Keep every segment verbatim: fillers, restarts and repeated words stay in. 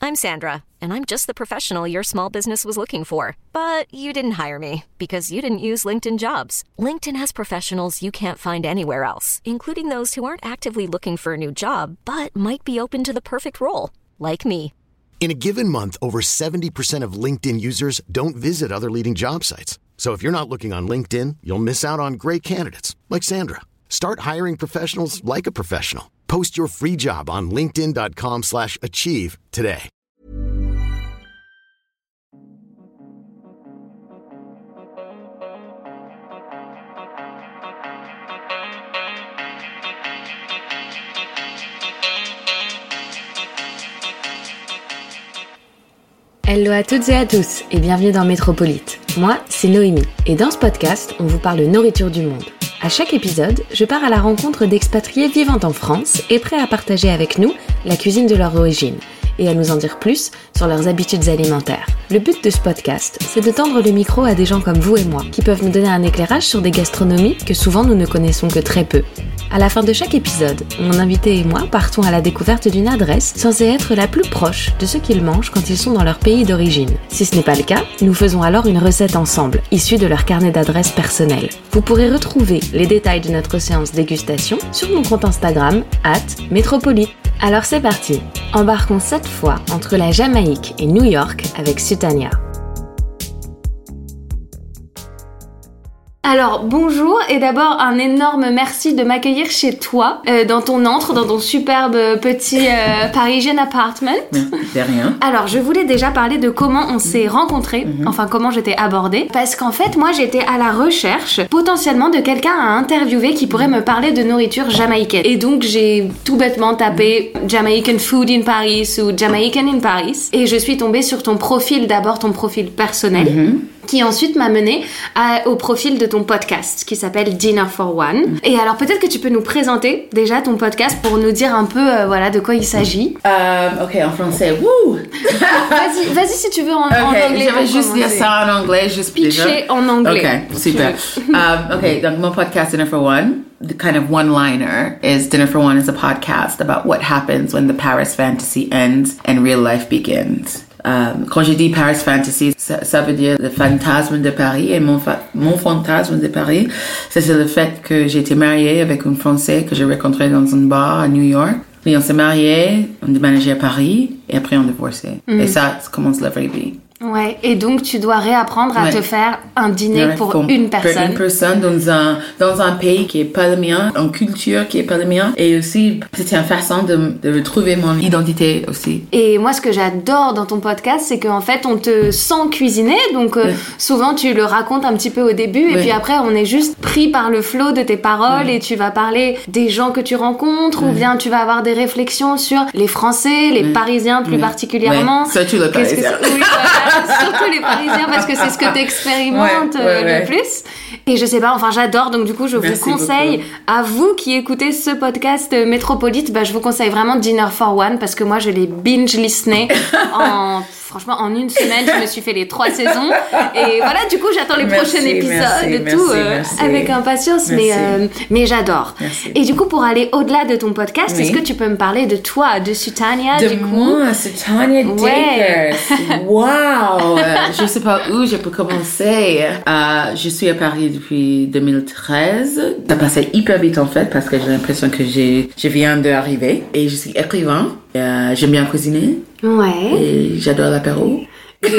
I'm Sandra, and I'm just the professional your small business was looking for. But you didn't hire me because you didn't use LinkedIn Jobs. LinkedIn has professionals you can't find anywhere else, including those who aren't actively looking for a new job, but might be open to the perfect role, like me. In a given month, over seventy percent of LinkedIn users don't visit other leading job sites. So if you're not looking on LinkedIn, you'll miss out on great candidates like Sandra. Start hiring professionals like a professional. Post your free job on linkedin.com slash achieve today. Hello à toutes et à tous et bienvenue dans Métropolite. Moi, c'est Noémie et dans ce podcast, on vous parle de nourriture du monde. À chaque épisode, je pars à la rencontre d'expatriés vivant en France et prêts à partager avec nous la cuisine de leur origine et à nous en dire plus sur leurs habitudes alimentaires. Le but de ce podcast, c'est de tendre le micro à des gens comme vous et moi qui peuvent nous donner un éclairage sur des gastronomies que souvent nous ne connaissons que très peu. À la fin de chaque épisode, mon invité et moi partons à la découverte d'une adresse censée être la plus proche de ce qu'ils mangent quand ils sont dans leur pays d'origine. Si ce n'est pas le cas, nous faisons alors une recette ensemble, issue de leur carnet d'adresses personnel. Vous pourrez retrouver les détails de notre séance dégustation sur mon compte Instagram, arobase métropolite. Alors c'est parti, embarquons cette fois entre la Jamaïque et New York avec Sutania. Alors bonjour et d'abord un énorme merci de m'accueillir chez toi, euh, dans ton antre, dans ton superbe petit euh, Parisian apartment. De rien. Alors je voulais déjà parler de comment on s'est rencontrés, mm-hmm. enfin comment j'étais abordée, parce qu'en fait moi j'étais à la recherche potentiellement de quelqu'un à interviewer qui pourrait me parler de nourriture jamaïcaine. Et donc j'ai tout bêtement tapé Jamaican food in Paris ou Jamaican in Paris et je suis tombée sur ton profil, d'abord ton profil personnel. Mm-hmm. Qui ensuite m'a menée à, au profil de ton podcast qui s'appelle Dinner for One. Et alors peut-être que tu peux nous présenter déjà ton podcast pour nous dire un peu euh, voilà de quoi il s'agit. Um, ok, en français. Woo! vas-y, vas-y si tu veux en, okay, en anglais. Je vais juste dire ça en anglais, juste pitcher en anglais. Ok, super. um, ok, donc mon podcast Dinner for One, the kind of one-liner is Dinner for One is a podcast about what happens when the Paris fantasy ends and real life begins. Um, quand je dis Paris Fantasy, ça, ça veut dire le fantasme de Paris. Et mon, fa- mon fantasme de Paris, c'est, c'est le fait que j'ai été mariée avec un Français que j'ai rencontré dans un bar à New York. Puis on s'est mariés, on déménageait à Paris et après on divorçait. Mm. Et ça, ça commence la vraie vie. Ouais, et donc tu dois réapprendre à ouais. te faire un dîner ouais, pour, pour une personne. Pour une personne dans un, dans un pays qui est pas le mien, en culture qui est pas le mien. Et aussi, c'était une façon de, de retrouver mon identité aussi. Et moi, ce que j'adore dans ton podcast, c'est qu'en fait, on te sent cuisiner. Donc, euh, ouais. souvent, tu le racontes un petit peu au début. Ouais. Et puis après, on est juste pris par le flow de tes paroles. Ouais. Et tu vas parler des gens que tu rencontres. Ouais. Ou bien tu vas avoir des réflexions sur les Français, les ouais. Parisiens plus ouais. particulièrement. Ouais. Surtout les Parisiens. Que... Oui, voilà. Surtout les Parisiens parce que c'est ce que tu expérimentes ouais, ouais, ouais. le plus. Et je sais pas, enfin j'adore, donc du coup je Merci vous conseille beaucoup. À vous qui écoutez ce podcast Métropolite, bah, je vous conseille vraiment Dinner for One parce que moi je l'ai binge listené en... Franchement, en une semaine, je me suis fait les trois saisons. Et voilà, du coup, j'attends les merci, prochains épisodes merci, et merci, tout euh, merci. avec impatience. Mais, euh, mais j'adore. Merci. Et du coup, pour aller au-delà de ton podcast, oui. est-ce que tu peux me parler de toi, de Sutania, de du coup? moi, Sutania Dakers. Ouais. Wow! Je sais pas où je peux commencer. Euh, je suis à Paris depuis deux mille treize. Ça passait hyper vite en fait parce que j'ai l'impression que j'ai, je viens d'arriver. Et je suis écrivain. Euh, j'aime bien cuisiner. Ouais. Et j'adore l'apéro. et,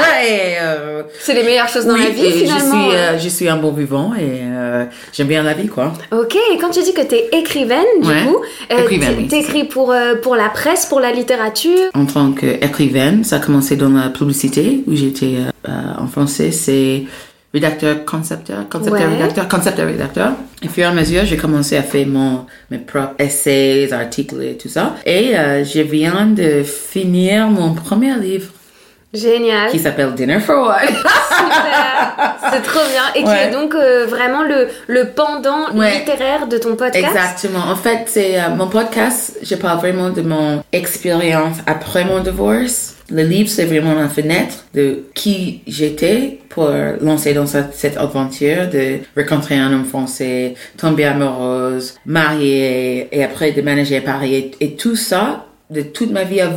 euh, c'est les meilleures choses dans oui, la vie finalement. Je suis, euh, je suis un bon vivant et euh, j'aime bien la vie quoi. Ok, et quand tu dis que t'es écrivaine du ouais. coup, euh, écrivaine, oui, t'écris pour, euh, pour la presse, pour la littérature? En tant qu'écrivaine, ça a commencé dans la publicité où j'étais euh, en français, c'est rédacteur, concepteur, concepteur, ouais. rédacteur, concepteur, rédacteur. Et au fur et à mesure, j'ai commencé à faire mon, mes propres essais, articles et tout ça. Et euh, je viens de finir mon premier livre. Génial. Qui s'appelle Dinner for One. Super. C'est trop bien. Et qui ouais. est donc euh, vraiment le, le pendant ouais. littéraire de ton podcast. Exactement. En fait, c'est euh, mon podcast, je parle vraiment de mon expérience après mon divorce. Le livre, c'est vraiment la fenêtre de qui j'étais pour lancer dans cette, cette aventure de rencontrer un homme français, tomber amoureuse, mariée et après déménager à Paris. Et, et tout ça, de toute ma vie avant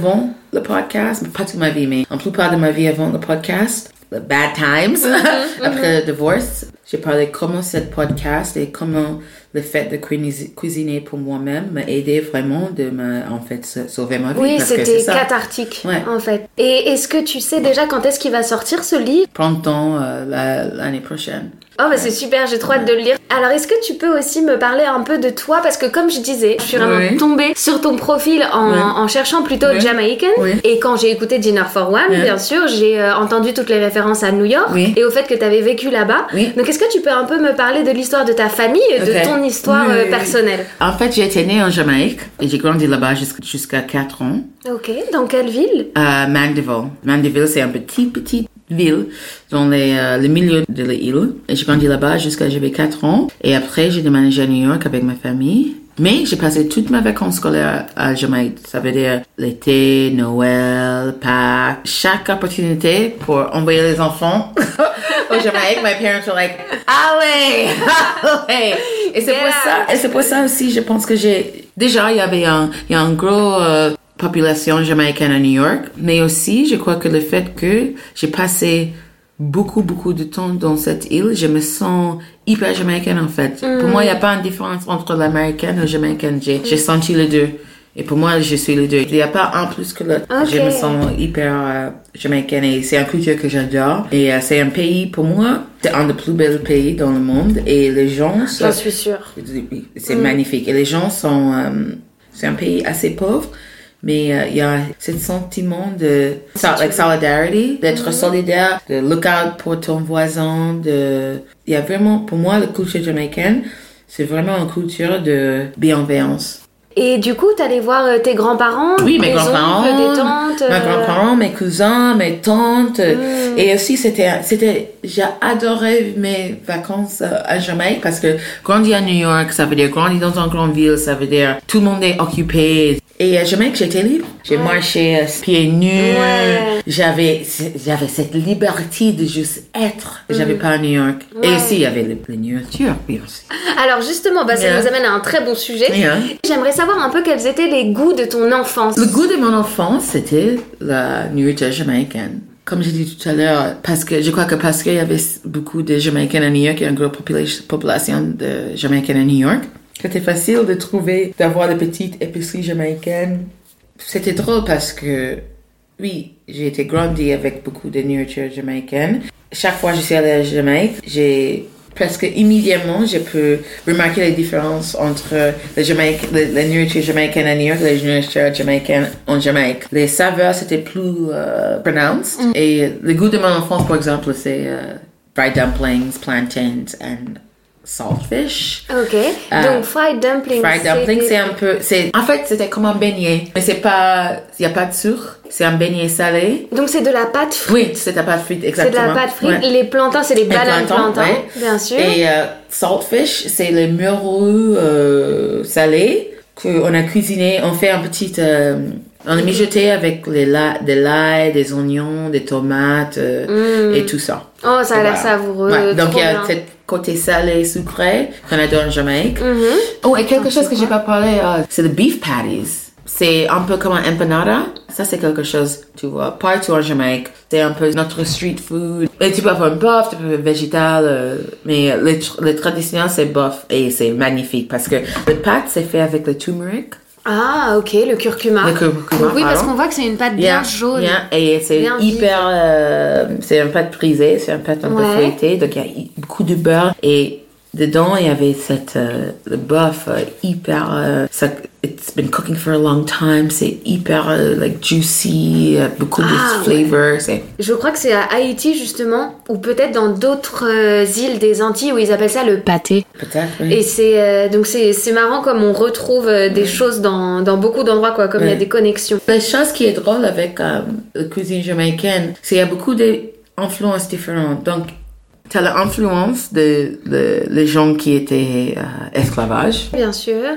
le podcast, pas toute ma vie, mais en plupart de ma vie avant le podcast, the bad times, mm-hmm, après mm-hmm. le divorce, j'ai parlé comment ce podcast et comment le fait de cuisiner pour moi-même m'a aidé vraiment de me, en fait, sauver ma vie. Oui, parce c'était que c'est cathartique, ouais. en fait. Et est-ce que tu sais déjà quand est-ce qu'il va sortir ce livre? Printemps euh, la, l'année prochaine. Oh bah c'est super, j'ai trop hâte de le lire. Alors est-ce que tu peux aussi me parler un peu de toi? Parce que comme je disais, je suis vraiment oui. tombée sur ton profil en, oui. en cherchant plutôt oui. Jamaican. Oui. Et quand j'ai écouté Dinner for One, oui. bien sûr, j'ai euh, entendu toutes les références à New York oui. et au fait que tu avais vécu là-bas. Oui. Donc est-ce que tu peux un peu me parler de l'histoire de ta famille et okay. de ton histoire oui. euh, personnelle? En fait, j'ai été née en Jamaïque et j'ai grandi là-bas jusqu'à, jusqu'à quatre ans. Ok, dans quelle ville? euh, Mandeville. Mandeville, c'est un petit, petit ville dans les, euh, le milieu de l'île. Et j'ai grandi là-bas jusqu'à j'avais quatre ans. Et après, j'ai déménagé à New York avec ma famille. Mais j'ai passé toutes mes vacances scolaires à Jamaïque. Ça veut dire l'été, Noël, Pâques. Chaque opportunité pour envoyer les enfants au Jamaïque, my parents were like, allez, allez. Et c'est yeah. pour ça, et c'est pour ça aussi, je pense que j'ai, déjà, il y avait un, il y a un gros, euh, population jamaïcaine à New York, mais aussi, je crois que le fait que j'ai passé beaucoup, beaucoup de temps dans cette île, je me sens hyper jamaïcaine, en fait. Mm. Pour moi, il n'y a pas une différence entre l'américaine et le jamaïcaine. J'ai, mm. j'ai senti les deux. Et pour moi, je suis les deux. Il n'y a pas un plus que l'autre. Okay. Je me sens hyper euh, jamaïcaine et c'est une culture que j'adore. Et euh, c'est un pays, pour moi, c'est un des plus beaux pays dans le monde. Et les gens... J'en suis sûre. C'est mm. magnifique. Et les gens sont... Euh, c'est un pays assez pauvre. Mais il euh, y a ce sentiment de like solidarity, d'être mm-hmm. solidaire, de look out pour ton voisin. De, il y a vraiment, pour moi, la culture jamaïcaine, c'est vraiment une culture de bienveillance. Et du coup, t'allais voir euh, tes grands-parents, oui, mes grands-parents, oncles, des tantes, euh... mes grands-parents, mes cousins, mes tantes. Mm. Et aussi, c'était, c'était, j'ai adoré mes vacances à Jamaïque parce que grandir à New York, ça veut dire grandir dans une grande ville, ça veut dire tout le monde est occupé. Et à Jamaïque, j'étais libre. J'ai ouais. marché euh, pieds nus. Ouais. J'avais, j'avais cette liberté de juste être. Mm. J'avais pas à New York. Ouais. Et aussi, il y avait les nourritures, oui aussi. Alors justement, bah, ça yeah. nous amène à un très bon sujet. Yeah. J'aimerais savoir un peu quels étaient les goûts de ton enfance. Le goût de mon enfance, c'était la nourriture jamaïcaine. Comme j'ai dit tout à l'heure, parce que je crois que parce qu'il y avait beaucoup de Jamaïcains à New York, il y a une grosse population de Jamaïcains à New York. C'était facile de trouver, d'avoir des petites épiceries jamaïcaines. C'était drôle parce que, oui, j'ai été grandi avec beaucoup de nourriture jamaïcaine. Chaque fois que je suis allée à Jamaïque, j'ai presque immédiatement, je peux remarquer les différences entre la, Jamaïque, la, la nourriture jamaïcaine à New York et la nourriture jamaïcaine en Jamaïque. Les saveurs, c'était plus euh, pronounced. Mm. Et le goût de mon enfance, par exemple, c'est euh, fried dumplings, plantains and saltfish. Ok. Euh, Donc fried dumplings. Fried dumplings, c'est, c'est un peu, c'est, en fait, c'était comme un beignet, mais c'est pas, il y a pas de sucre. C'est un beignet salé. Donc c'est de la pâte frite. Oui, c'est de la pâte frite, exactement. C'est de la pâte frite. Ouais. Les plantains, c'est les bananes plantains, ouais. bien sûr. Et euh, saltfish, c'est le murou euh, salé qu'on a cuisiné. On fait un petit, euh, on a mijoté avec les la, de l'ail, des oignons, des tomates euh, mm. et tout ça. Oh, ça a l'air voilà. savoureux. Ouais. Donc il y a bien. cette côté salé, sucré qu'on adore en Jamaïque. Mm-hmm. Oh, et quelque chose que j'ai pas parlé, euh, c'est le beef patties. C'est un peu comme un empanada. Ça, c'est quelque chose, tu vois, partout en Jamaïque. C'est un peu notre street food. Et tu peux avoir un bœuf, tu peux avoir un végétal, euh, mais le, le traditionnel, c'est bœuf. Et c'est magnifique parce que le pâte, c'est fait avec le turmeric. Ah, ok, le curcuma. Le curcuma, oui, parce qu'on voit que c'est une pâte bien yeah, jaune. Yeah. Et c'est bien hyper... Euh, c'est une pâte brisée, c'est une pâte un ouais. peu feuilletée. Donc, il y a beaucoup de beurre. Et dedans, il y avait cette... Euh, le bœuf euh, hyper... Euh, ça, it's been cooking for a long time. C'est hyper, euh, like, juicy. Euh, beaucoup ah, de flavor. Ouais. C'est... Je crois que c'est à Haïti, justement, ou peut-être dans d'autres euh, îles des Antilles où ils appellent ça le pâté. Peut-être, oui. Et c'est... Euh, donc, c'est, c'est marrant comme on retrouve euh, des oui. choses dans, dans beaucoup d'endroits, quoi. Comme il oui. y a des connexions. La chose qui est drôle avec euh, la cuisine jamaïcaine, c'est qu'il y a beaucoup d'influences différentes. Donc, t'as l'influence de, de les gens qui étaient euh, esclavages. Bien sûr.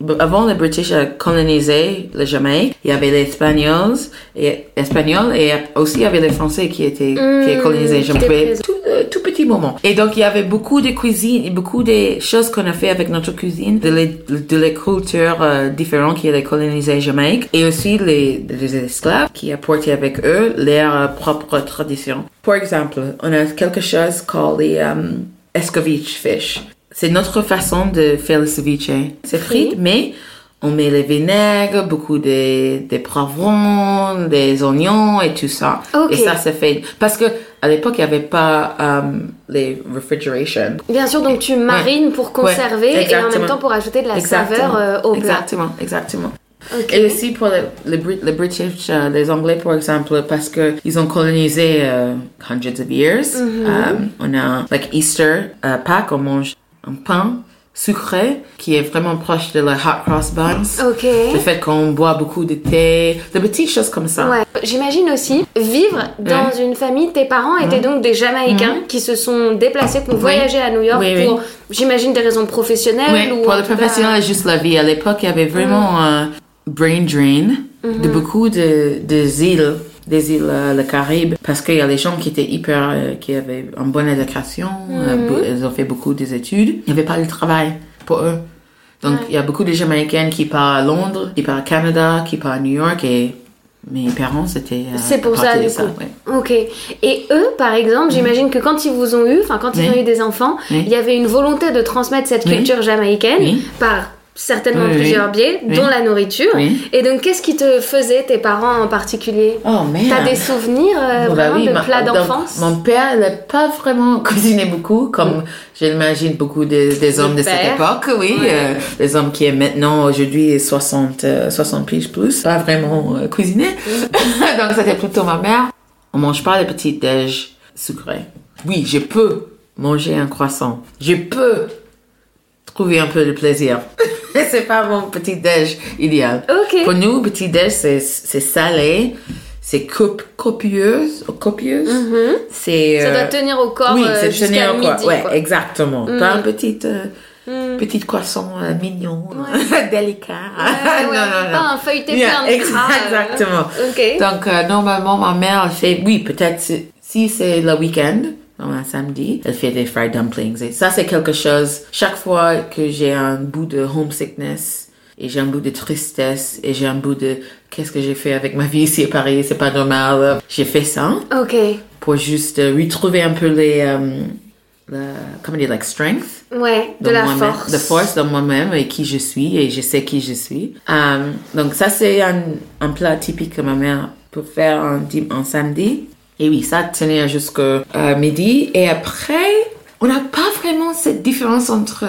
avant les British a colonisé le Jamaïque, il y avait les Espagnols et Espagnols et aussi il y avait les Français qui étaient mmh, qui colonisé Jamaïque tout, euh, tout petit moment. Et donc il y avait beaucoup de cuisine et beaucoup de choses qu'on a fait avec notre cuisine, de les de les cultures euh, différentes qui avaient colonisé Jamaïque et aussi les, les esclaves qui apportaient avec eux leurs propres traditions. Par exemple, on a quelque chose called les um, escovitch fish. C'est notre façon de faire le ceviche. C'est frit, oui. Mais on met les vinaigres, beaucoup de, des poivrons, des oignons et tout ça. Okay. Et ça, c'est fait. Parce que à l'époque, il n'y avait pas um, les refrigeration. Bien sûr, donc tu marines ouais. pour conserver ouais, et en même temps pour ajouter de la exactement. saveur euh, au plat. Exactement, exactement. Okay. Et aussi pour les, les, les British, uh, les Anglais par exemple, parce que ils ont colonisé uh, hundreds of years. Mm-hmm. Um, on a, like Easter, uh, Pâques, on mange un pain sucré qui est vraiment proche de la hot cross buns. Ok. Le fait qu'on boit beaucoup de thé, de petites choses comme ça. Ouais. J'imagine aussi vivre dans ouais. une famille. Tes parents étaient mmh. donc des Jamaïcains mmh. qui se sont déplacés, qui ont oui. voyagé à New York oui, pour, oui. j'imagine, des raisons professionnelles. Oui. Ou pour les professionnels, cas... juste la vie. À l'époque, il y avait vraiment un mmh. uh, brain drain mmh. de beaucoup de, de îles. des îles euh, le Caraïbes parce qu'il y a des gens qui étaient hyper euh, qui avaient une bonne éducation mm-hmm. euh, ils ont fait beaucoup des études il n'y avait pas de travail pour eux donc ouais. il y a beaucoup de Jamaïcains qui partent à Londres qui partent au Canada qui partent à New York et mes parents c'était euh, c'est pour ça du ça, coup ouais. Ok. Et eux par exemple mm-hmm. j'imagine que quand ils vous ont eu enfin quand ils oui. ont eu des enfants oui. il y avait une volonté de transmettre cette oui. culture jamaïcaine oui. par certainement oui, plusieurs oui. biais, oui. dont la nourriture. Oui. Et donc, qu'est-ce qui te faisait, tes parents en particulier? Oh, merde! T'as des souvenirs euh, bon, vraiment bah oui, de ma, plats d'enfance? Mon père, il n'a pas vraiment cuisiné beaucoup, comme mm. j'imagine beaucoup de, des hommes de, de cette époque, oui. Ouais. Euh, les hommes qui est maintenant, aujourd'hui, soixante, euh, soixante piges plus, pas vraiment euh, cuisiné. Mm. Donc, c'était plutôt ma mère. On mange pas les petits déj sucrés. Oui, je peux manger un croissant. Je peux trouver un peu de plaisir. C'est pas mon petit déj idéal. Okay. Pour nous, petit déj, c'est, c'est salé, c'est cop- copieuse, copieuse. Mm-hmm. C'est, ça doit tenir au corps oui, c'est jusqu'à tenir au midi. Corps. Ouais, quoi. Exactement. Mm. Pas un petit, euh, mm. petit croissant euh, mignon, ouais. délicat. Ouais, ouais, non, non, non. Pas un feuilleté yeah, plein de ex- gras. Exactement. Euh... Okay. Donc, euh, normalement, ma mère, elle fait, oui, peut-être si c'est le week-end, un samedi, elle fait des fried dumplings. Et ça, c'est quelque chose, chaque fois que j'ai un bout de homesickness, et j'ai un bout de tristesse, et j'ai un bout de qu'est-ce que j'ai fait avec ma vie ici à Paris, c'est pas normal, j'ai fait ça. Ok. Pour juste euh, retrouver un peu les, um, le, comment dire, like strength. Ouais, de la force. De force dans moi-même et qui je suis, et je sais qui je suis. Um, donc ça, c'est un, un plat typique que ma mère peut faire un, un samedi. Et oui, ça tenait jusqu'à euh, midi. Et après, on n'a pas vraiment cette différence entre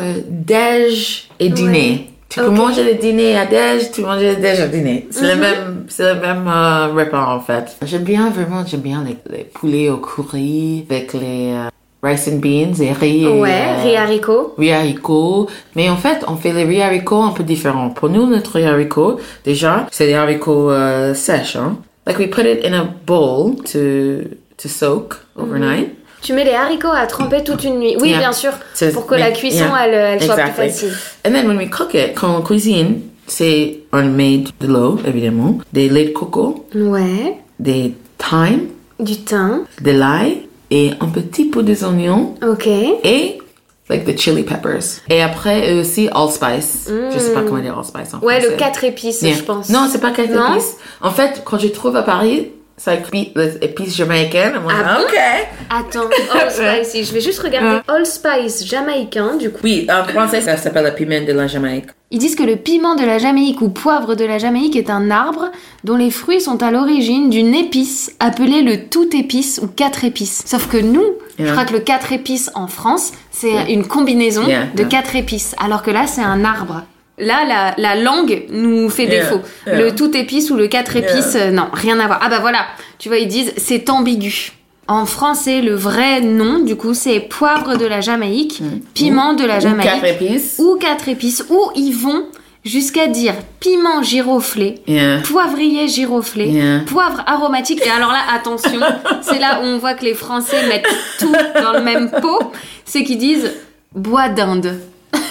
déj et dîner. Ouais. Tu okay. peux manger le dîner à déj, tu manges le déj à dîner. C'est mm-hmm. le même, c'est le même euh, repas en fait. J'aime bien vraiment, j'aime bien les, les poulets au curry avec les euh, rice and beans et riz. Ouais, euh, riz haricots. Riz haricots. Mais en fait, on fait les riz haricots un peu différents. Pour nous, notre riz haricot, déjà, c'est des haricots euh, sèches, hein. Like we put it in a bowl to to soak overnight. Mm-hmm. Tu mets les haricots à tremper toute une nuit. Oui, yeah. bien sûr, so, pour que mais, la cuisson yeah. elle, elle soit exactly. plus facile. And then when we cook it, quand on cuisine, c'est on met de l'eau évidemment, des laits de coco, ouais, des thymes, du thym, de l'ail et un petit peu des oignons. Ok. Et like the chili peppers. Et après aussi allspice. Mm. Je sais pas comment dire allspice en ouais, français. Ouais, le quatre épices, yeah. je pense. Non, c'est pas quatre non? épices. En fait, quand je trouve à Paris, c'est like les épices jamaïcaines. Ah bon? OK. Attends, allspice. Je vais juste regarder. Allspice jamaïcain, du coup. Oui, en français, ça s'appelle le piment de la Jamaïque. Ils disent que le piment de la Jamaïque ou poivre de la Jamaïque est un arbre dont les fruits sont à l'origine d'une épice appelée le tout épice ou quatre épices. Sauf que nous, yeah. je crois que le quatre épices en France, c'est yeah. une combinaison yeah. de quatre épices, alors que là, c'est un arbre. Là, la, la langue nous fait yeah. défaut. Yeah. Le tout épice ou le quatre épices, yeah. euh, non, rien à voir. Ah bah voilà, tu vois, ils disent c'est ambigu. En français, le vrai nom, du coup, c'est poivre de la Jamaïque, mmh. piment ou, de la Jamaïque. Ou quatre épices. Ou quatre épices. Ou ils vont jusqu'à dire piment giroflé, yeah. poivrier giroflé, yeah. poivre aromatique. Et alors là, attention, c'est là où on voit que les Français mettent tout dans le même pot. C'est qu'ils disent bois d'Inde.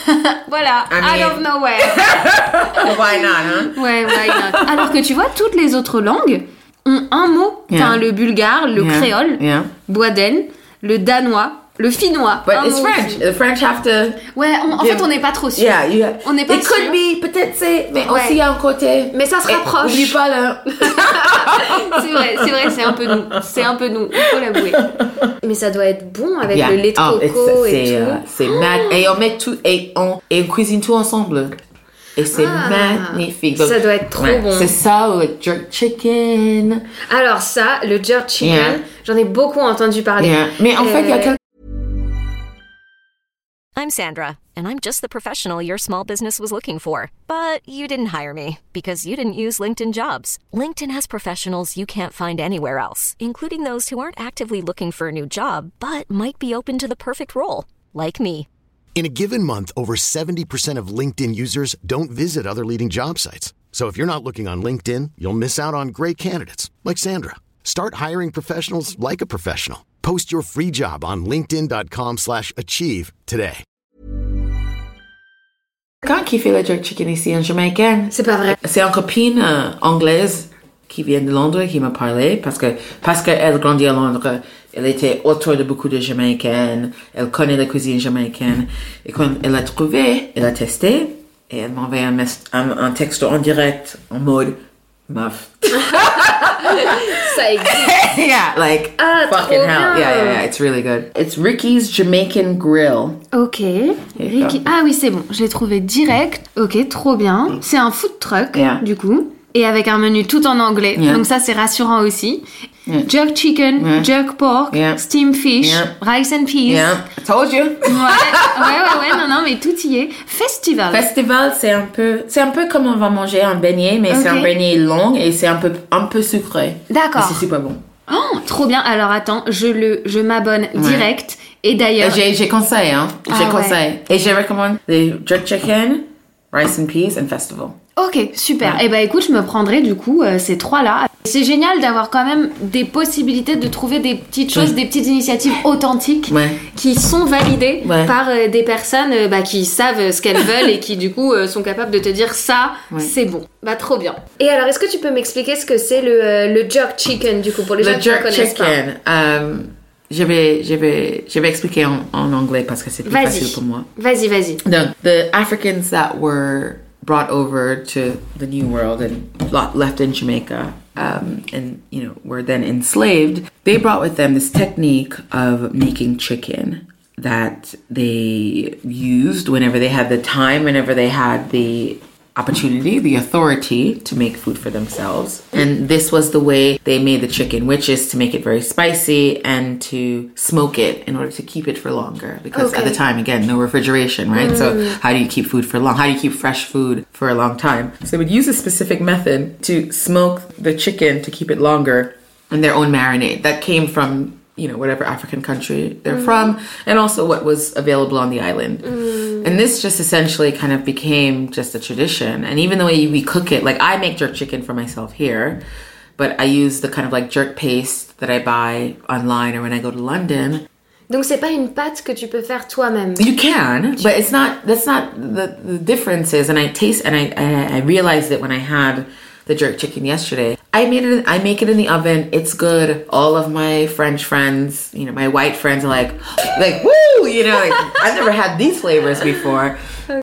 Voilà, I out mean- of nowhere. Why not, huh? Ouais, why not? Alors que tu vois, toutes les autres langues ont un mot. Yeah. Enfin, le bulgare, le Yeah. créole, Yeah. boaden, le danois, le finnois. But un it's mot French. aussi. The French have to... Ouais, on- en Yeah. fait, on n'est pas trop sûr. Yeah, you have... On n'est pas It sûr. could be, peut-être c'est... Mais Ouais. aussi, il y a un côté... Mais ça se Et rapproche. Oublie pas le... C'est vrai, c'est vrai, c'est un peu nous. C'est un peu nous, il faut l'avouer. Mais ça doit être bon avec Yeah. le lait de Oh, coco it's- et c'est, tout. euh, c'est mad. Et on met tout... Et on, et on cuisine tout ensemble. Et c'est Ah, magnifique. ça doit être trop bon. C'est ça, le jerk chicken. Alors ça, le jerk chicken, Yeah. j'en ai beaucoup entendu parler. Yeah. Mais en fait, il y a Euh, quelque... I'm Sandra, and I'm just the professional your small business was looking for. But you didn't hire me because you didn't use LinkedIn Jobs. LinkedIn has professionals you can't find anywhere else, including those who aren't actively looking for a new job, but might be open to the perfect role, like me. In a given month, over seventy percent of LinkedIn users don't visit other leading job sites. So if you're not looking on LinkedIn, you'll miss out on great candidates like Sandra. Start hiring professionals like a professional. Post your free job on linkedin.com slash achieve today. Quand qui fait le jerk chicken ici en Jamaïcaine? C'est pas vrai. C'est une copine euh, anglaise qui vient de Londres qui m'a parlé parce que parce qu'elle grandit à Londres, elle était autour de beaucoup de Jamaïcaines, elle connaît la cuisine jamaïcaine et quand elle l'a trouvé, elle a testé et elle m'a envoyé un, mes- un, un texto en direct en mode meuf. Ça existe. Yeah, like Ah, fucking trop hell. bien. Yeah, yeah, yeah, it's really good. It's Ricky's Jamaican Grill. Ok. Ricky- Ah oui, c'est bon. Je l'ai trouvé direct. Ok, trop bien. C'est un food truck, Yeah. du coup. Et avec un menu tout en anglais. Yeah. Donc ça, c'est rassurant aussi. Yeah. Jerk chicken, Yeah. jerk pork, Yeah. steamed fish, Yeah. rice and peas. Yeah, I told you. Ouais, ouais, ouais, ouais, non, non, mais tout y est. Festival. Festival, c'est un peu, c'est un peu comme on va manger un beignet, mais c'est Ok. un beignet long et c'est un peu, un peu sucré. D'accord. Mais c'est super bon. Oh, trop bien. Alors attends, je le, je m'abonne direct. Et Et d'ailleurs, J'ai, j'ai conseillé, hein. Ah J'ai ouais. conseillé. Et je recommande les jerk chicken, rice and peas and festival. ok, super. Ouais. Et bah écoute, je me prendrai du coup euh, ces trois-là. C'est génial d'avoir quand même des possibilités de trouver des petites choses, Oui. des petites initiatives authentiques Ouais. qui sont validées Ouais. par euh, des personnes euh, bah, qui savent ce qu'elles veulent et qui du coup euh, sont capables de te dire ça, Ouais. c'est bon. Bah trop bien. Et alors, est-ce que tu peux m'expliquer ce que c'est le, euh, le jerk chicken du coup pour les gens Le qui ne jerk connaissent pas? chicken, euh, je vais, je vais, je vais expliquer en, en anglais parce que c'est plus Vas-y. facile pour moi. Vas-y, vas-y. The, the Africans that were brought over to the New World and lo- left in Jamaica, um, and you know were then enslaved. They brought with them this technique of making chicken that they used whenever they had the time, whenever they had the opportunity, the authority to make food for themselves. And this was the way they made the chicken, which is to make it very spicy and to smoke it in order to keep it for longer. Because at Okay. the time, again, no refrigeration, right? So how do you keep food for long? How do you keep fresh food for a long time? So they would use a specific method to smoke the chicken to keep it longer in their own marinade that came from, you know, whatever African country they're from, and also what was available on the island. And this just essentially kind of became just a tradition. And even the way we cook it, like I make jerk chicken for myself here, but I use the kind of like jerk paste that I buy online or when I go to London. Donc c'est pas une pâte que tu peux faire toi-même. You can, but it's not, that's not the, the difference is, and I taste, and I, I, I realized it when I had the jerk chicken yesterday. I made it, I make it in the oven. It's good. All of my French friends, you know, my white friends are like, like, woo, you know, like, I've never had these flavors before.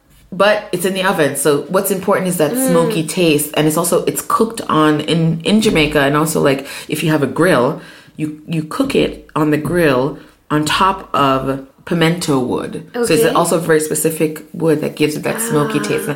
But it's in the oven. So what's important is that smoky taste. And it's also, it's cooked on, in, in Jamaica. And also like, if you have a grill, you, you cook it on the grill on top of pimento wood. So it's Okay. also a very specific wood that gives it that smoky taste.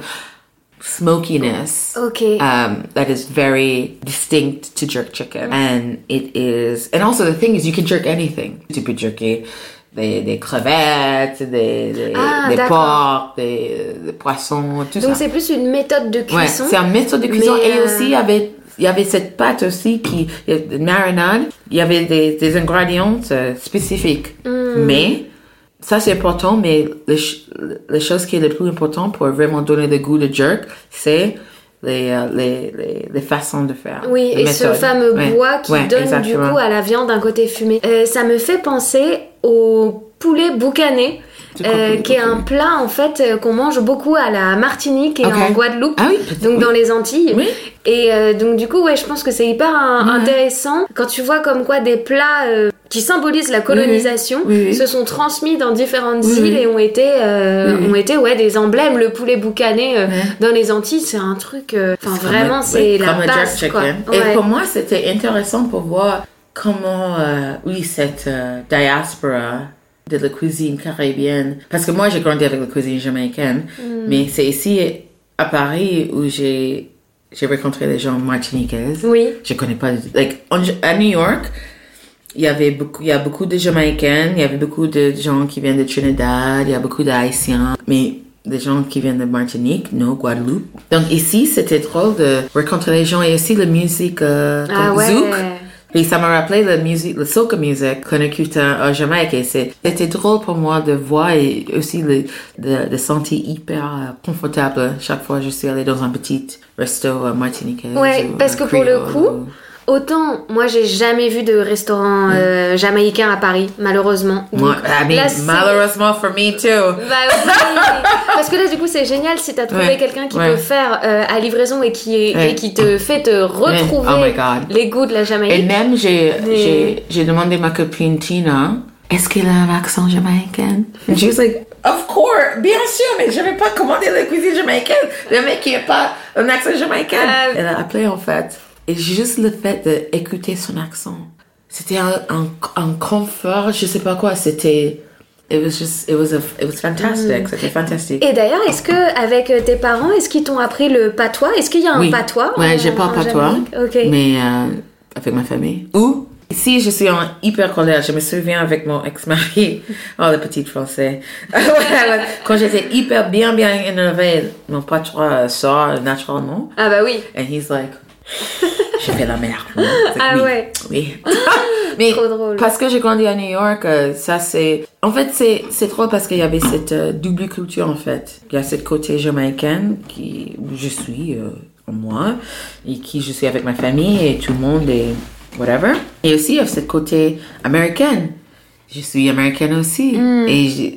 Smokiness. Okay. Um, that is very distinct to jerk chicken. And it is, and also the thing is you can jerk anything. Tu peux jerker des, des crevettes, des, des, Ah, des d'accord. porcs, des, des poissons, tout Donc ça. c'est plus une méthode de Ouais, cuisson. c'est un méthode de cuisson. mais, Et euh, aussi, il y avait, il y avait cette pâte aussi qui, de marinade. Il y avait des, des ingrédients euh, spécifiques. Hmm. Mais, ça c'est important, mais le, ch- la chose qui est le plus important pour vraiment donner le goût de jerk, c'est les, euh, les, les, les façons de faire. Oui, les et ce méthodes. fameux Ouais, bois qui ouais, donne exactement. du coup à la viande un côté fumé. Euh, ça me fait penser au poulet boucané euh, qui est un plat en fait euh, qu'on mange beaucoup à la Martinique et okay. en Guadeloupe, ah oui, donc oui. dans les Antilles. Oui. Et euh, donc du coup, ouais, je pense que c'est hyper un, ouais. intéressant quand tu vois comme quoi des plats euh, qui symbolisent la colonisation oui, oui. Oui, se sont transmis dans différentes oui, îles oui. et ont été, euh, oui, oui. ont été ouais, des emblèmes. Le poulet boucané euh, ouais. dans les Antilles, c'est un truc. Enfin, euh, vraiment, un, c'est ouais, la base. Quoi. Ouais. Et pour moi, c'était intéressant pour voir comment, euh, oui, cette euh, diaspora de la cuisine caribéenne. Parce que moi, j'ai grandi avec la cuisine jamaïcaine, mm. mais c'est ici à Paris où j'ai j'ai rencontré des gens martiniquais. Oui. Je connais pas. Like, on, à New York, il y avait beaucoup, il y a beaucoup de Jamaïcains, il y avait beaucoup de gens qui viennent de Trinidad, il y a beaucoup d'Haïtiens, mais des gens qui viennent de Martinique, non, Guadeloupe. Donc ici, c'était drôle de rencontrer les gens et aussi la musique euh, ah, comme ouais. zouk. Et ça m'a rappelé la musique, la soca music qu'on écoute en Jamaïque. Et c'était drôle pour moi de voir et aussi le, de, de sentir hyper confortable chaque fois que je suis allée dans un petit resto martiniquais. Ouais, parce que pour le coup, ou... autant moi j'ai jamais vu de restaurant euh, jamaïcain à Paris, malheureusement. Donc, moi, I mean, là, malheureusement for me too. Bah oui, parce que là du coup c'est génial si t'as trouvé ouais, quelqu'un qui ouais. peut faire euh, à livraison et qui, est, ouais. et qui te fait te retrouver ouais. oh les goûts de la Jamaïque. Et même j'ai, Mais... j'ai, j'ai demandé à ma copine Tina, est-ce qu'elle a un accent jamaïcain? And she was like, of course, bien sûr, mais je vais pas commander la cuisine jamaïcaine. Le mec qui n'a pas un accent jamaïcain. Euh... Elle a appelé en fait. Et juste le fait d'écouter son accent, c'était un, un, un confort, je sais pas quoi, c'était, it was just, it was, a, it was fantastic, mm. c'était fantastique. Et d'ailleurs, est-ce que avec tes parents, est-ce qu'ils t'ont appris le patois? Est-ce qu'il y a un oui. patois? Ouais, j'ai pas un patois, okay. mais euh, avec ma famille. Ou si je suis en hyper colère, je me souviens avec mon ex-mari, oh le petit français, quand j'étais hyper bien bien énervée, mon patois sort naturellement. Ah bah oui. And he's like, j'ai fait la merde. Like, ah oui, ouais. Oui. Mais trop drôle. Parce que j'ai grandi à New York, euh, ça c'est. En fait, c'est c'est drôle parce qu'il y avait cette euh, double culture en fait. Il y a cette côté jamaïcaine qui où je suis euh, moi et qui je suis avec ma famille et tout le monde et whatever. Et aussi il y a cette côté américaine. Je suis américaine aussi mm. et il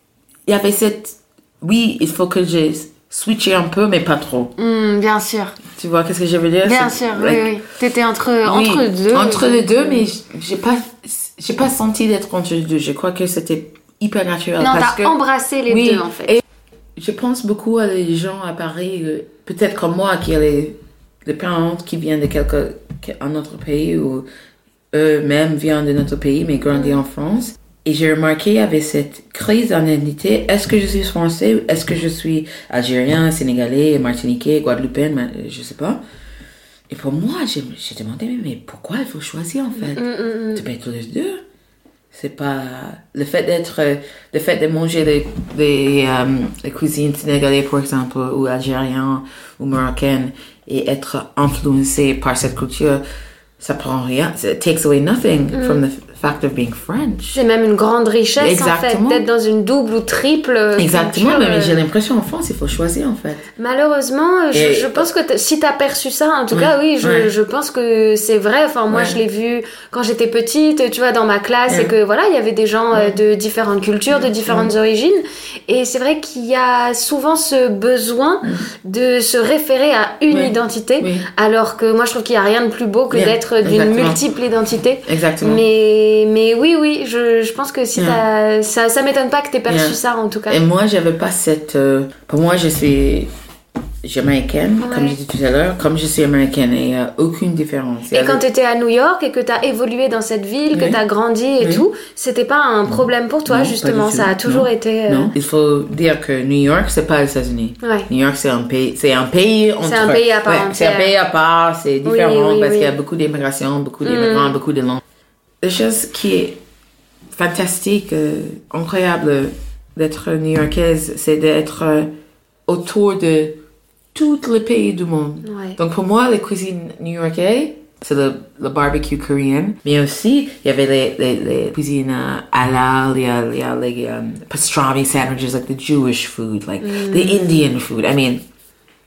y avait cette. Oui, il faut que je switcher un peu, mais pas trop. Mm, bien sûr. Tu vois qu'est-ce que je veux dire? Bien c'est, sûr, like, oui, oui. T'étais entre, oui, entre deux. Entre les deux, mais j'ai pas, j'ai pas senti d'être entre les deux. Je crois que c'était hyper naturel. Non, parce t'as que, embrassé les oui, deux, en fait. Et je pense beaucoup à les gens à Paris, peut-être comme moi, qui a les, les parents qui viennent de quelque, un autre pays ou eux-mêmes viennent de notre pays, mais grandis mm. en France. Et j'ai remarqué avec cette crise d'identité, est-ce que je suis français, est-ce que je suis algérien, sénégalais, martiniquais, guadeloupéen, je sais pas. Et pour moi, j'ai, j'ai demandé, mais pourquoi il faut choisir en fait? Mm, mm, tu peux être les deux. C'est pas le fait d'être, le fait de manger les, les, um, les cuisines sénégalaises par exemple, ou algériennes, ou marocaines, et être influencé par cette culture. Ça prend rien, it takes away nothing mm. from the fact of being French. C'est même une grande richesse Exactement. en fait, d'être dans une double ou triple Exactement, culture. mais j'ai l'impression en France, il faut choisir en fait. Malheureusement, Et... je, je pense que si t'as perçu ça, en tout oui. cas, oui, je, ouais. je pense que c'est vrai. Enfin, moi, ouais. je l'ai vu quand j'étais petite, tu vois, dans ma classe, ouais. et que voilà, il y avait des gens ouais. de différentes cultures, de différentes ouais. origines. Et c'est vrai qu'il y a souvent ce besoin ouais. de se référer à une ouais. identité, oui. alors que moi, je trouve qu'il n'y a rien de plus beau que yeah. d'être d'une Exactement. multiple identité. Exactement. Mais, mais oui, oui, je, je pense que si yeah. t'as, ça, ça m'étonne pas que t'aies perçu yeah. ça, en tout cas. Et moi, j'avais pas cette... Euh, pour moi, je suis jamaïcaine, ouais. comme j'ai dit tout à l'heure, comme je suis américaine, et il n'y a aucune différence. Et avait... quand tu étais à New York et que tu as évolué dans cette ville, oui. que tu as grandi et oui. tout, c'était pas un problème pour toi, non, justement, ça a toujours non. été... Euh... Non, il faut dire que New York, c'est pas les États-Unis. Ouais. New York, c'est un pays, c'est un pays entre... C'est un pays à part ouais, entière. C'est un pays à part, c'est différent, oui, oui, parce oui. qu'il y a beaucoup d'immigration, beaucoup d'immigrants, mm. beaucoup de langues. La chose qui est fantastique, euh, incroyable d'être new-yorkaise, c'est d'être euh, autour de tous les pays du monde. Ouais. Donc pour moi, la cuisine new-yorkaise, c'est le, le barbecue coréen, mais aussi il y avait les, les, les cuisines uh, halal, il y a, il y a les um, pastrami sandwiches, like the Jewish food, like mm. the Indian food. I mean,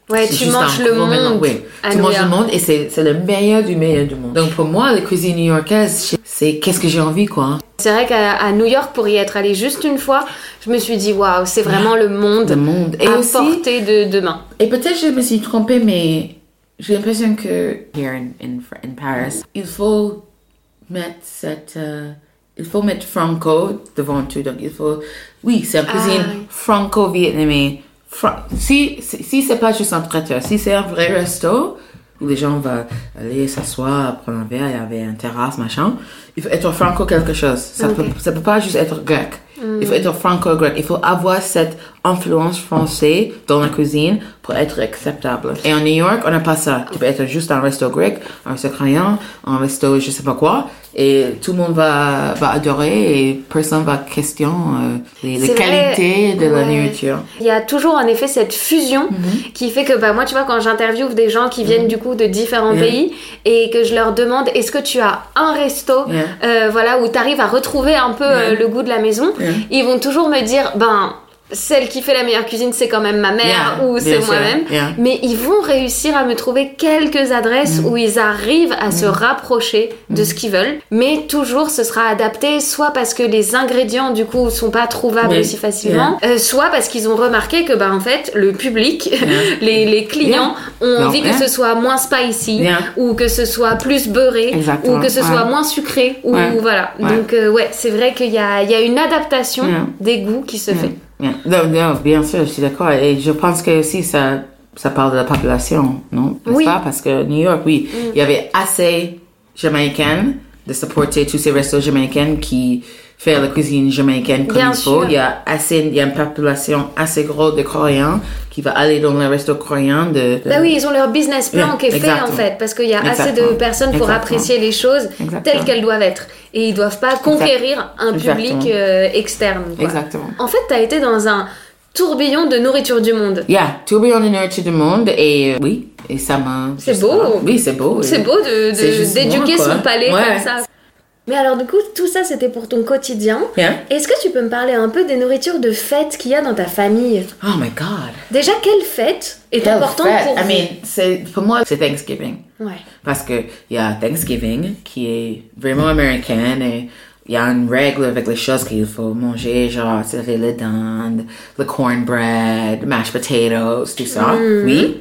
Ouais, c'est tu juste manges un le gros monde. mélange. Oui, à tu New manges York. le monde et c'est, c'est le meilleur du meilleur du monde. Donc pour moi, la cuisine new-yorkaise, c'est qu'est-ce que j'ai envie, quoi. C'est vrai qu'à à New York, pour y être allée juste une fois, je me suis dit, waouh, c'est vraiment le monde, Le monde. Et à aussi, portée de, de main. et peut-être je me suis trompée, mais j'ai l'impression que here in, in, in Paris, il faut mettre cette... euh, il faut mettre franco devant tout. Donc il faut... Oui, c'est une cuisine Ah. franco-vietnamien. Fra- si, si, si c'est pas juste un traiteur, si c'est un vrai resto où les gens vont aller s'asseoir, prendre un verre, il y avait une terrasse, machin, il faut être franco quelque chose. Ça Ok. peut, ça peut pas juste être grec. Mm. Il faut être franco-grec. Il faut avoir cette influence française dans la cuisine pour être acceptable. Et en New York, on n'a pas ça. Tu peux être juste un resto grec, un resto croyant, un resto je sais pas quoi, et tout le monde va, va adorer et personne va questionner euh, les, les C'est qualités vrai, de la ouais. nourriture. Il y a toujours en effet cette fusion qui fait que bah, moi tu vois quand j'interviewe des gens qui viennent du coup de différents Yeah. pays et que je leur demande est-ce que tu as un resto Yeah. euh, voilà, où tu arrives à retrouver un peu euh, Yeah. le goût de la maison, Yeah. ils vont toujours me dire ben celle qui fait la meilleure cuisine c'est quand même ma mère Yeah, ou bien c'est sûr, moi-même, yeah. mais ils vont réussir à me trouver quelques adresses où ils arrivent à se rapprocher de ce qu'ils veulent, mais toujours ce sera adapté soit parce que les ingrédients du coup sont pas trouvables Mais- aussi facilement, euh, soit parce qu'ils ont remarqué que bah en fait le public, les, les clients ont Non, envie que yeah. ce soit moins spicy Yeah. ou que ce soit plus beurré Exactement, ou que ce ouais. soit moins sucré ou Ouais. voilà. Ouais. Donc euh, ouais, c'est vrai qu'il y a, il y a une adaptation Yeah. des goûts qui se fait. Yeah. Non, non, bien sûr, je suis d'accord. Et je pense que aussi ça, ça parle de la population, non? N'est-ce Oui. pas? Parce que New York, oui, il y avait assez jamaïcains de supporter tous ces restos jamaïcains qui font la cuisine jamaïcaine comme Bien il faut. sûr. Il y a assez, il y a une population assez grosse de Coréens qui va aller dans les restos coréens de, de- Bah oui, ils ont leur business plan Yeah, qui est fait exactement. en fait, parce qu'il y a assez de Exactement. personnes pour Exactement. apprécier les choses Exactement. telles qu'elles doivent être. Et ils doivent pas conquérir un public Exactement. euh, externe. quoi. Exactement. En fait, t'as été dans un tourbillon de nourriture du monde. Yeah, tourbillon de nourriture du monde et euh, oui, et ça m'a... C'est je sais beau. pas. Oui, c'est beau. C'est beau de, de- C'est juste d'éduquer moi, quoi. son palais Ouais. comme ça. Mais alors du coup, tout ça c'était pour ton quotidien. Yeah. Est-ce que tu peux me parler un peu des nourritures de fête qu'il y a dans ta famille? Oh my God. Déjà, quelle fête est Quelle importante fête. pour I vous? mean, c'est, pour moi, c'est Thanksgiving. Ouais. Parce que il y a Thanksgiving qui est vraiment américaine et il y a une règle avec les choses qu'il faut manger, genre, c'est le dinde, le cornbread, mashed potatoes, tout ça. Mm-hmm. Oui.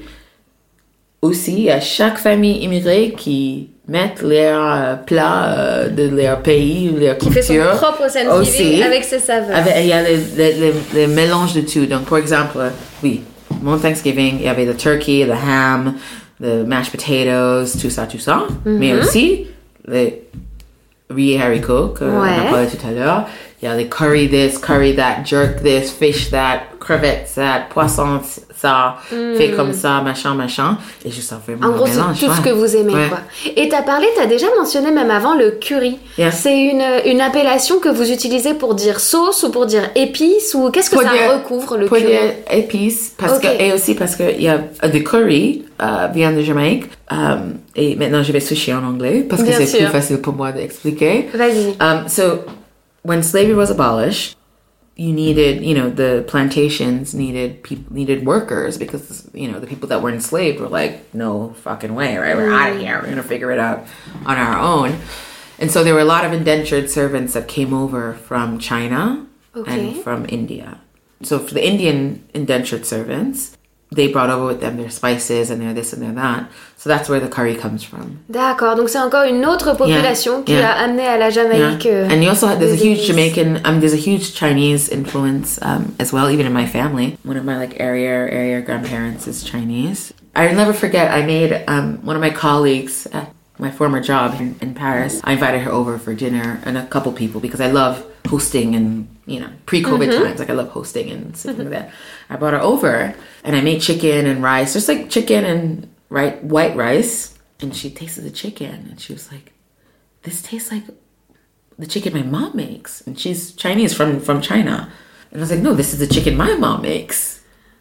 Aussi, il y a chaque famille immigrée qui mettent leurs euh, plats euh, de leur pays, leur Qui fait son culture. propre Thanksgiving aussi. avec ses saveurs. Avec- il y a le, le, le, le mélange de tout. Donc, par exemple, euh, oui, mon Thanksgiving, il y avait le turkey, le ham, le mashed potatoes, tout ça, tout ça. Mm-hmm. Mais aussi, le riz et haricots, qu'on Ouais. a parlé tout à l'heure. Il y a les curry this, curry that, jerk this, fish that, crevettes that, poisson ça, fait comme ça, machin, machin. Et juste ça vraiment Mm. En gros, un c'est mélange. tout ce ouais. que vous aimez, Ouais. quoi. Et t'as parlé, t'as déjà mentionné même avant le curry. Yeah. C'est une, une appellation que vous utilisez pour dire sauce ou pour dire épice ou qu'est-ce que Pour ça dire- recouvre le pour curry? dire épices, parce Ok. que, et aussi parce que il y a euh, du curry, euh, vient de Jamaïque, euh, et maintenant je vais switcher en anglais, parce que Bien c'est sûr. plus facile pour moi d'expliquer. Vas-y. Um, so, when slavery was abolished, you needed, you know, the plantations needed people, needed workers because, you know, the people that were enslaved were like, no fucking way, right? We're out of here. We're gonna figure it out on our own. And so there were a lot of indentured servants that came over from China Okay. and from India. So for the Indian indentured servants, they brought over with them their spices and their this and their that. So that's where the curry comes from. D'accord, donc c'est encore une autre population qui Yeah. a amené à la Yeah. Jamaïque. euh, And you also have, there's a des huge épices. Jamaican, um, there's a huge Chinese influence um, as well, even in my family. One of my like area area grandparents is Chinese. I'll never forget. I made um, one of my colleagues at my former job in, in Paris. I invited her over for dinner and a couple people because I love hosting and you know pre-COVID times. Like I love hosting and stuff like that. I brought her over and I made chicken and rice, just like chicken and right white rice. And she tasted the chicken and she was like, "This tastes like the chicken my mom makes." And she's Chinese from from China. And I was like, "No, this is the chicken my mom makes."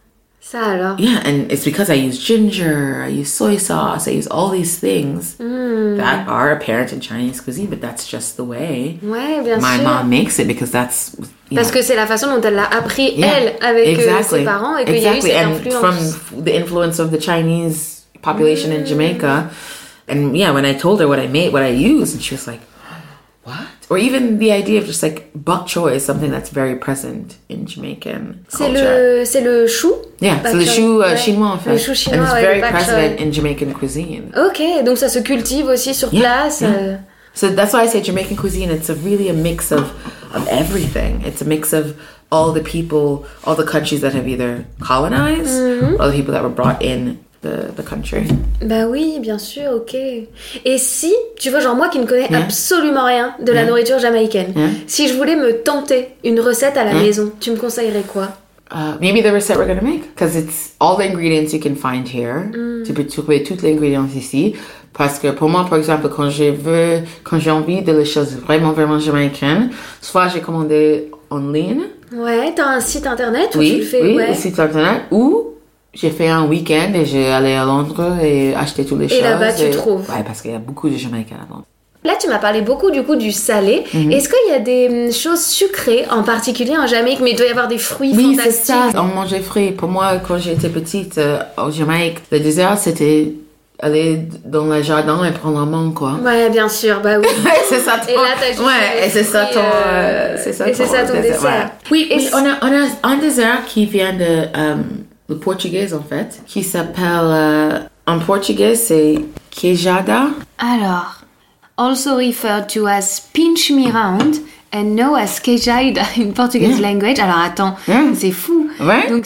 Ça alors. Yeah, and it's because I use ginger, I use soy sauce, I use all these things mm. that are apparent in Chinese cuisine, but that's just the way ouais, bien my sûr. mom makes it because that's... Parce know. que c'est la façon dont elle l'a appris, yeah, elle, avec exactly. ses parents, et qu'il exactly. y a eu cette influence. And from the influence of the Chinese population mm. in Jamaica. And yeah, when I told her what I made, what I used, and she was like, what? Or even the idea of just like bok choy is something that's very present in Jamaican c'est culture. Le, c'est le chou? Yeah, c'est le chou uh, ouais. chinois en fait. Le chou chinois, and it's ouais, very present in Jamaican cuisine. Ok, donc ça se cultive aussi sur yeah, place. Yeah. Euh... So that's why I say Jamaican cuisine, it's a really a mix of, of everything. It's a mix of all the people, all the countries that have either colonized, mm-hmm. all the people that were brought in The, the country. Bah oui, bien sûr, ok. Et si, tu vois, genre moi qui ne connais yeah. absolument rien de la yeah. nourriture jamaïcaine, yeah. si je voulais me tenter une recette à la yeah. maison, tu me conseillerais quoi? Uh, maybe the recipe we're gonna make, because it's all the ingredients you can find here. Mm. Tu peux trouver tous les ingrédients ici. Parce que pour moi, par exemple, quand je veux, quand j'ai envie de les choses vraiment, vraiment jamaïcaines, soit j'ai commandé en ligne. Ouais, t'as un site internet où oui, tu le fais? Oui, ouais. un site internet où j'ai fait un week-end et j'ai allé à Londres et acheté toutes les et choses. Et là-bas, tu et... trouves. Ouais, parce qu'il y a beaucoup de Jamaïcains à Londres. Là, tu m'as parlé beaucoup du coup du salé. Mm-hmm. Est-ce qu'il y a des choses sucrées en particulier en Jamaïque? Mais il doit y avoir des fruits oui, fantastiques. Oui, c'est ça. On mangeait frais. Pour moi, quand j'étais petite, euh, au Jamaïque, le désert, c'était aller dans le jardin et prendre un mangue, quoi. Ouais, bien sûr, bah oui. c'est ça ton... Et là, t'as juste ouais, et c'est ça ton... Euh... C'est ça et c'est ça ton dessert. dessert. Ouais. Oui, oui on, a, on a un dessert qui vient de... Um, le portugais, en fait, qui s'appelle... Euh, en portugais, c'est queijada. Alors, also referred to as pinch me round and know as queijada in Portuguese yeah. language. Alors, attends, yeah. c'est fou. Ouais. Donc,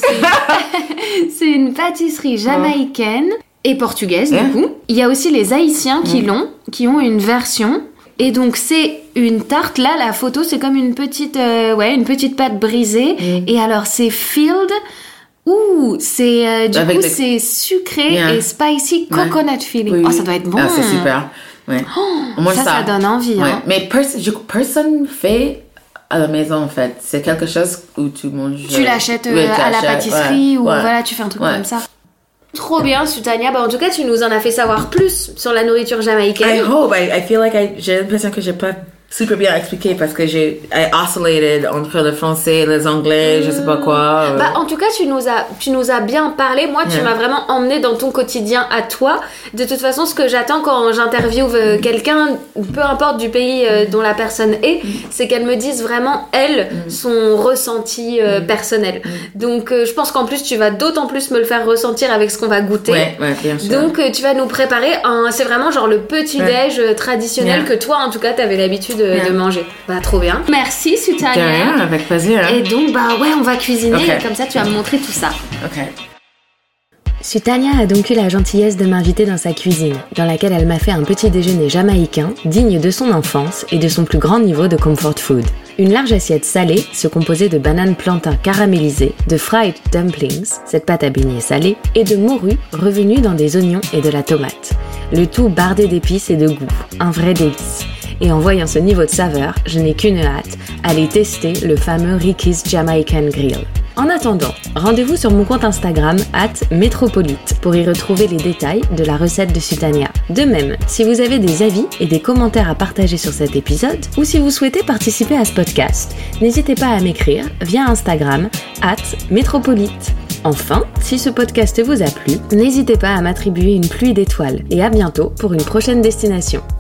c'est, c'est une pâtisserie jamaïcaine et portugaise, yeah. du coup. Il y a aussi les Haïtiens qui mm. l'ont, qui ont une version. Et donc, c'est une tarte. Là, la photo, c'est comme une petite, euh, ouais, une petite pâte brisée. Mm. Et alors, c'est filled... Ouh, c'est euh, du Avec coup, des... c'est sucré yeah. et spicy coconut ouais. feeling. Oui, oui. Oh, ça doit être bon. Ah, c'est super. Ouais. Oh, ça, ça, ça donne envie. Ouais. Hein. Mais pers- je, personne fait à la maison, en fait. C'est quelque chose où tu manges... Tu l'achètes euh, oui, à la pâtisserie ouais. ou ouais. voilà, tu fais un truc ouais. comme ça. Trop bien, Sutania. Bah, en tout cas, tu nous en as fait savoir plus sur la nourriture jamaïcaine. I hope. I, I feel like I, j'ai l'impression que j'ai pas super bien expliqué parce que j'ai I oscillated entre le français, les anglais, mmh. je sais pas quoi. Bah en tout cas, tu nous as tu nous as bien parlé. Moi, tu yeah. m'as vraiment emmené dans ton quotidien à toi. De toute façon, ce que j'attends quand j'interviewe euh, quelqu'un, peu importe du pays euh, dont la personne est, mmh. c'est qu'elle me dise vraiment elle mmh. son ressenti euh, mmh. personnel. Mmh. Donc euh, je pense qu'en plus tu vas d'autant plus me le faire ressentir avec ce qu'on va goûter. Ouais, ouais, bien sûr. Donc euh, tu vas nous préparer un c'est vraiment genre le petit déj ouais. traditionnel yeah. que toi en tout cas t'avais l'habitude de, yeah. de manger. Bah trop bien. Merci Sutania. De rien, avec plaisir. Et donc bah ouais, on va cuisiner okay. Comme ça tu vas me montrer tout ça. OK. Sutania a donc eu la gentillesse de m'inviter dans sa cuisine, dans laquelle elle m'a fait un petit déjeuner jamaïcain, digne de son enfance et de son plus grand niveau de comfort food. Une large assiette salée se composait de bananes plantains caramélisées, de fried dumplings, cette pâte à beignets salée, et de morue revenue dans des oignons et de la tomate. Le tout bardé d'épices et de goût, un vrai délice. Et en voyant ce niveau de saveur, je n'ai qu'une hâte, aller tester le fameux Ricky's Jamaican Grill. En attendant, rendez-vous sur mon compte Instagram arobase métropolite pour y retrouver les détails de la recette de Sutania. De même, si vous avez des avis et des commentaires à partager sur cet épisode, ou si vous souhaitez participer à ce podcast, n'hésitez pas à m'écrire via Instagram arobase métropolite. Enfin, si ce podcast vous a plu, n'hésitez pas à m'attribuer une pluie d'étoiles et à bientôt pour une prochaine destination.